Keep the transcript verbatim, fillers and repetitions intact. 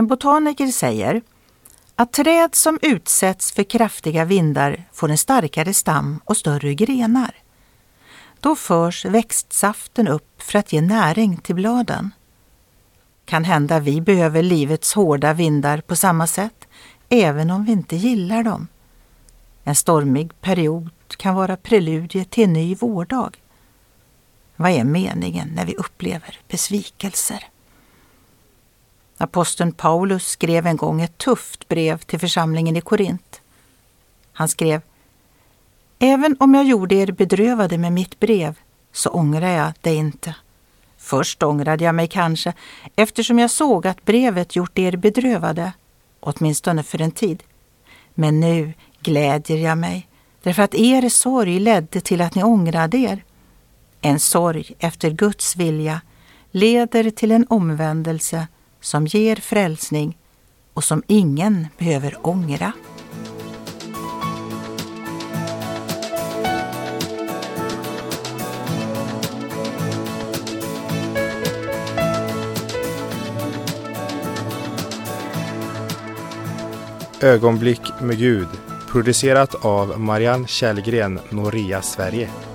En botaniker säger att träd som utsätts för kraftiga vindar får en starkare stam och större grenar. Då förs växtsaften upp för att ge näring till bladen. Kan hända vi behöver livets hårda vindar på samma sätt, även om vi inte gillar dem. En stormig period kan vara preludie till en ny vårdag. Vad är meningen när vi upplever besvikelser? Aposteln Paulus skrev en gång ett tufft brev till församlingen i Korint. Han skrev: Även om jag gjorde er bedrövade med mitt brev, så ångrar jag det inte. Först ångrade jag mig kanske, eftersom jag såg att brevet gjort er bedrövade, åtminstone för en tid. Men nu glädjer jag mig, därför att er sorg ledde till att ni ångrade er. En sorg efter Guds vilja leder till en omvändelse som ger frälsning och som ingen behöver ångra. Ögonblick med Gud, producerat av Marianne Källgren, Noria, Sverige.